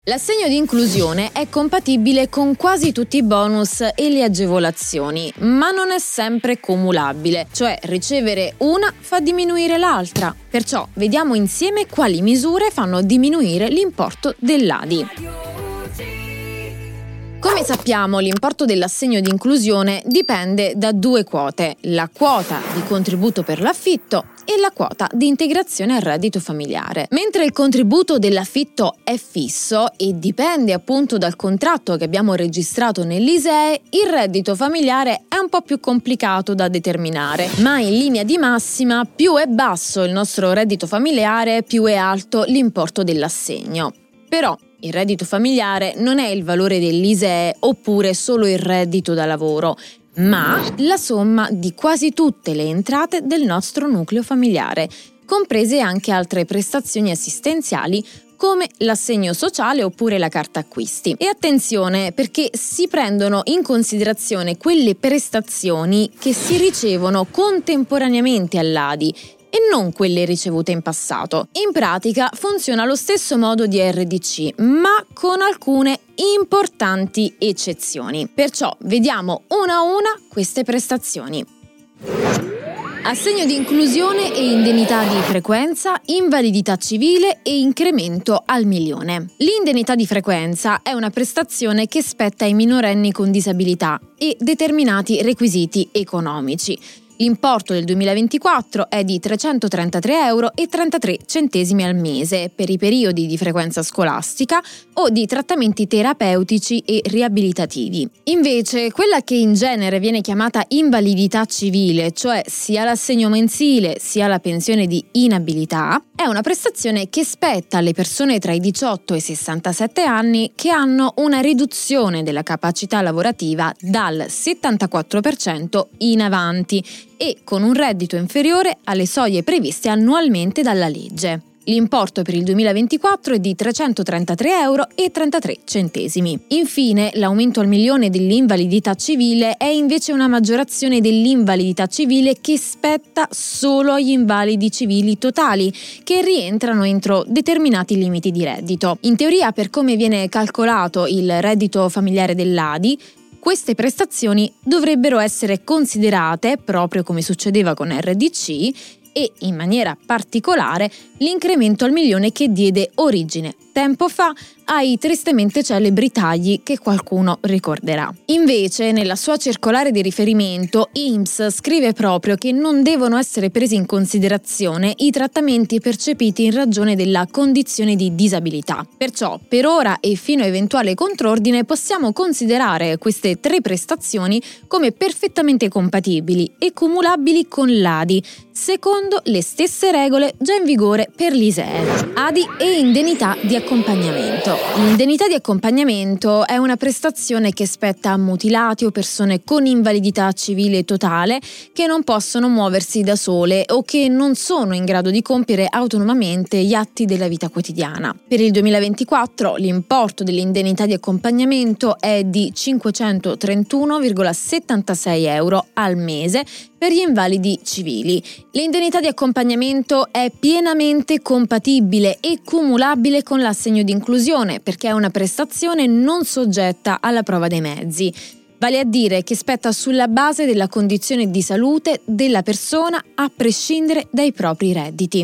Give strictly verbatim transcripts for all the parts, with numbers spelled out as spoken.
L'assegno di inclusione è compatibile con quasi tutti i bonus e le agevolazioni, ma non è sempre cumulabile, cioè ricevere una fa diminuire l'altra. Perciò vediamo insieme quali misure fanno diminuire l'importo dell'A D I. Come sappiamo, l'importo dell'assegno di inclusione dipende da due quote, la quota di contributo per l'affitto e la quota di integrazione al reddito familiare. Mentre il contributo dell'affitto è fisso e dipende appunto dal contratto che abbiamo registrato nell'I S E E, il reddito familiare è un po' più complicato da determinare, ma in linea di massima più è basso il nostro reddito familiare, più è alto l'importo dell'assegno. Però il reddito familiare non è il valore dell'I S E E oppure solo il reddito da lavoro, ma la somma di quasi tutte le entrate del nostro nucleo familiare, comprese anche altre prestazioni assistenziali come l'assegno sociale oppure la carta acquisti. E attenzione, perché si prendono in considerazione quelle prestazioni che si ricevono contemporaneamente all'A D I e non quelle ricevute in passato. In pratica funziona allo stesso modo di R D C, ma con alcune importanti eccezioni. Perciò vediamo una a una queste prestazioni. Assegno di inclusione e indennità di frequenza, invalidità civile e incremento al milione. L'indennità di frequenza è una prestazione che spetta ai minorenni con disabilità e determinati requisiti economici. L'importo del duemilaventiquattro è di trecentotrentatré euro e trentatré centesimi al mese per i periodi di frequenza scolastica o di trattamenti terapeutici e riabilitativi. Invece, quella che in genere viene chiamata invalidità civile, cioè sia l'assegno mensile sia la pensione di inabilità, è una prestazione che spetta alle persone tra i diciotto e i sessantasette anni che hanno una riduzione della capacità lavorativa dal settantaquattro per cento in avanti e con un reddito inferiore alle soglie previste annualmente dalla legge. L'importo per il duemilaventiquattro è di trecentotrentatré euro e trentatré centesimi. Infine, l'aumento al milione dell'invalidità civile è invece una maggiorazione dell'invalidità civile che spetta solo agli invalidi civili totali, che rientrano entro determinati limiti di reddito. In teoria, per come viene calcolato il reddito familiare dell'A D I, queste prestazioni dovrebbero essere considerate, proprio come succedeva con R D C, e in maniera particolare l'incremento al milione che diede origine tempo fa ai tristemente celebri tagli che qualcuno ricorderà. Invece, nella sua circolare di riferimento, I N P S scrive proprio che non devono essere presi in considerazione i trattamenti percepiti in ragione della condizione di disabilità. Perciò, per ora e fino a eventuale contrordine, possiamo considerare queste tre prestazioni come perfettamente compatibili e cumulabili con l'A D I, secondo le stesse regole già in vigore per l'I S E E. A D I e indennità di accompagnamento. L'indennità di accompagnamento è una prestazione che spetta a mutilati o persone con invalidità civile totale che non possono muoversi da sole o che non sono in grado di compiere autonomamente gli atti della vita quotidiana. Per il duemilaventiquattro l'importo dell'indennità di accompagnamento è di cinquecentotrentuno virgola settantasei euro al mese per gli invalidi civili. L'indennità di accompagnamento è pienamente compatibile e cumulabile con l'assegno di inclusione perché è una prestazione non soggetta alla prova dei mezzi, vale a dire che spetta sulla base della condizione di salute della persona a prescindere dai propri redditi.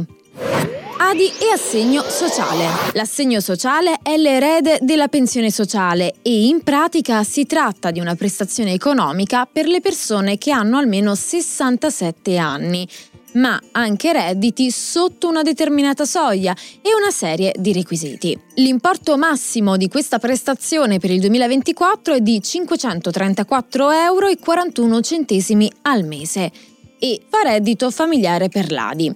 A D I e assegno sociale. L'assegno sociale è l'erede della pensione sociale e in pratica si tratta di una prestazione economica per le persone che hanno almeno sessantasette anni, ma anche redditi sotto una determinata soglia e una serie di requisiti. L'importo massimo di questa prestazione per il duemilaventiquattro è di cinquecentotrentaquattro euro e quarantuno centesimi al mese e fa reddito familiare per l'A D I.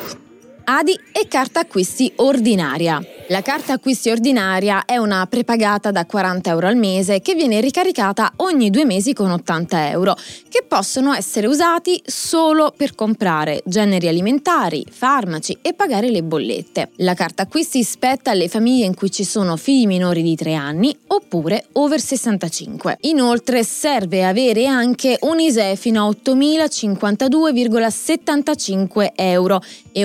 A D I e carta acquisti ordinaria. La carta acquisti ordinaria è una prepagata da quaranta euro al mese che viene ricaricata ogni due mesi con ottanta euro, che possono essere usati solo per comprare generi alimentari, farmaci e pagare le bollette. La carta acquisti spetta alle famiglie in cui ci sono figli minori di tre anni oppure over sessantacinque. Inoltre serve avere anche un I S E E fino a ottomilacinquantadue virgola settantacinque euro e una lunga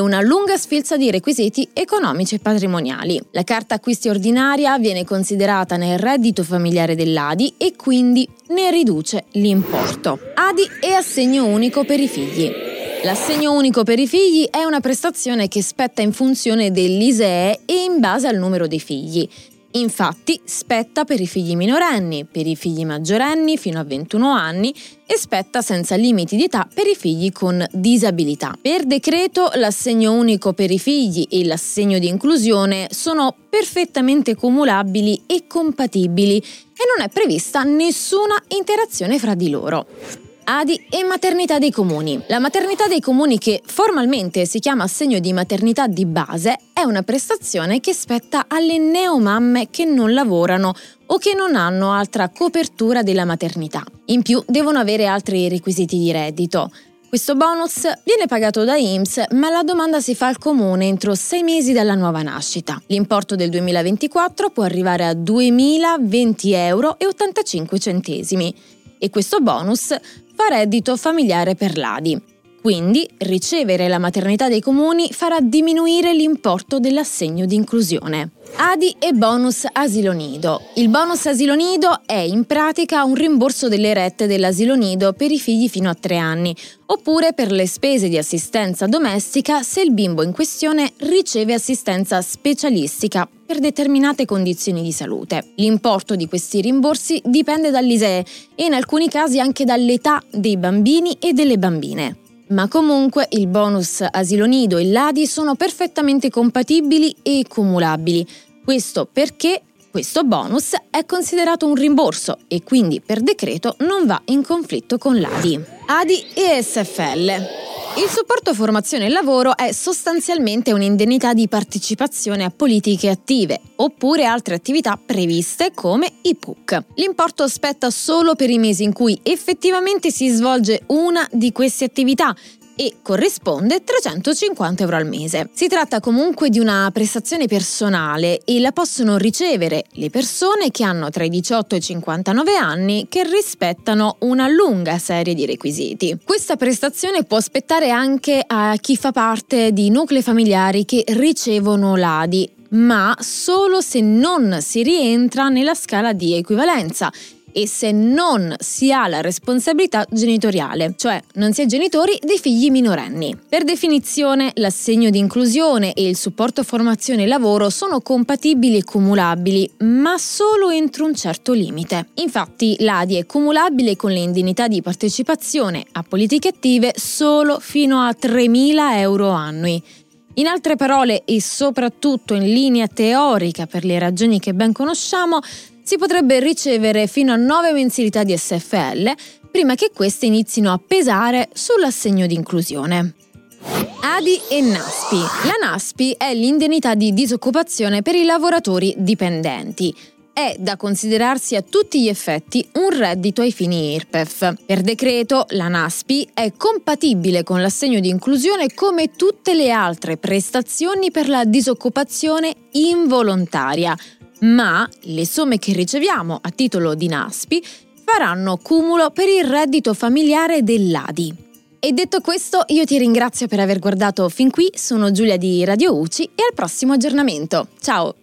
lunga sfilza di requisiti economici e patrimoniali. La carta acquisti ordinaria viene considerata nel reddito familiare dell'A D I e quindi ne riduce l'importo. A D I e assegno unico per i figli. L'assegno unico per i figli è una prestazione che spetta in funzione dell'I S E E e in base al numero dei figli. Infatti, spetta per i figli minorenni, per i figli maggiorenni fino a ventuno anni e spetta senza limiti di età per i figli con disabilità. Per decreto, l'assegno unico per i figli e l'assegno di inclusione sono perfettamente cumulabili e compatibili e non è prevista nessuna interazione fra di loro. A D I e maternità dei comuni. La maternità dei comuni, che formalmente si chiama assegno di maternità di base, è una prestazione che spetta alle neomamme che non lavorano o che non hanno altra copertura della maternità. In più devono avere altri requisiti di reddito. Questo bonus viene pagato da I N P S, ma la domanda si fa al comune entro sei mesi dalla nuova nascita. L'importo del duemilaventiquattro può arrivare a duemilaventi euro e ottantacinque centesimi e questo bonus fa reddito familiare per l'A D I. Quindi ricevere la maternità dei comuni farà diminuire l'importo dell'assegno di inclusione. A D I e bonus asilo nido. Il bonus asilo nido è in pratica un rimborso delle rette dell'asilo nido per i figli fino a tre anni, oppure per le spese di assistenza domestica se il bimbo in questione riceve assistenza specialistica per determinate condizioni di salute. L'importo di questi rimborsi dipende dall'I S E E e in alcuni casi anche dall'età dei bambini e delle bambine. Ma comunque il bonus asilo nido e l'A D I sono perfettamente compatibili e cumulabili. Questo perché questo bonus è considerato un rimborso e quindi per decreto non va in conflitto con l'A D I. A D I e S F L. Il supporto formazione e lavoro è sostanzialmente un'indennità di partecipazione a politiche attive oppure altre attività previste come i P U C. L'importo spetta solo per i mesi in cui effettivamente si svolge una di queste attività e corrisponde trecentocinquanta euro al mese. Si tratta comunque di una prestazione personale e la possono ricevere le persone che hanno tra i diciotto e i cinquantanove anni che rispettano una lunga serie di requisiti. Questa prestazione può spettare anche a chi fa parte di nuclei familiari che ricevono l'A D I, ma solo se non si rientra nella scala di equivalenza e se non si ha la responsabilità genitoriale, cioè non si è genitori dei figli minorenni. Per definizione, l'assegno di inclusione e il supporto formazione e lavoro sono compatibili e cumulabili, ma solo entro un certo limite. Infatti, l'A D I è cumulabile con le indennità di partecipazione a politiche attive solo fino a tremila euro annui. In altre parole, e soprattutto in linea teorica per le ragioni che ben conosciamo, si potrebbe ricevere fino a nove mensilità di S F L prima che queste inizino a pesare sull'assegno di inclusione. A D I e NASPI. La NASPI è l'indennità di disoccupazione per i lavoratori dipendenti. È da considerarsi a tutti gli effetti un reddito ai fini I R P E F. Per decreto, la NASPI è compatibile con l'assegno di inclusione come tutte le altre prestazioni per la disoccupazione involontaria, ma le somme che riceviamo a titolo di NASPI faranno cumulo per il reddito familiare dell'A D I. E detto questo, io ti ringrazio per aver guardato fin qui, sono Giulia di Radio U C I e al prossimo aggiornamento. Ciao!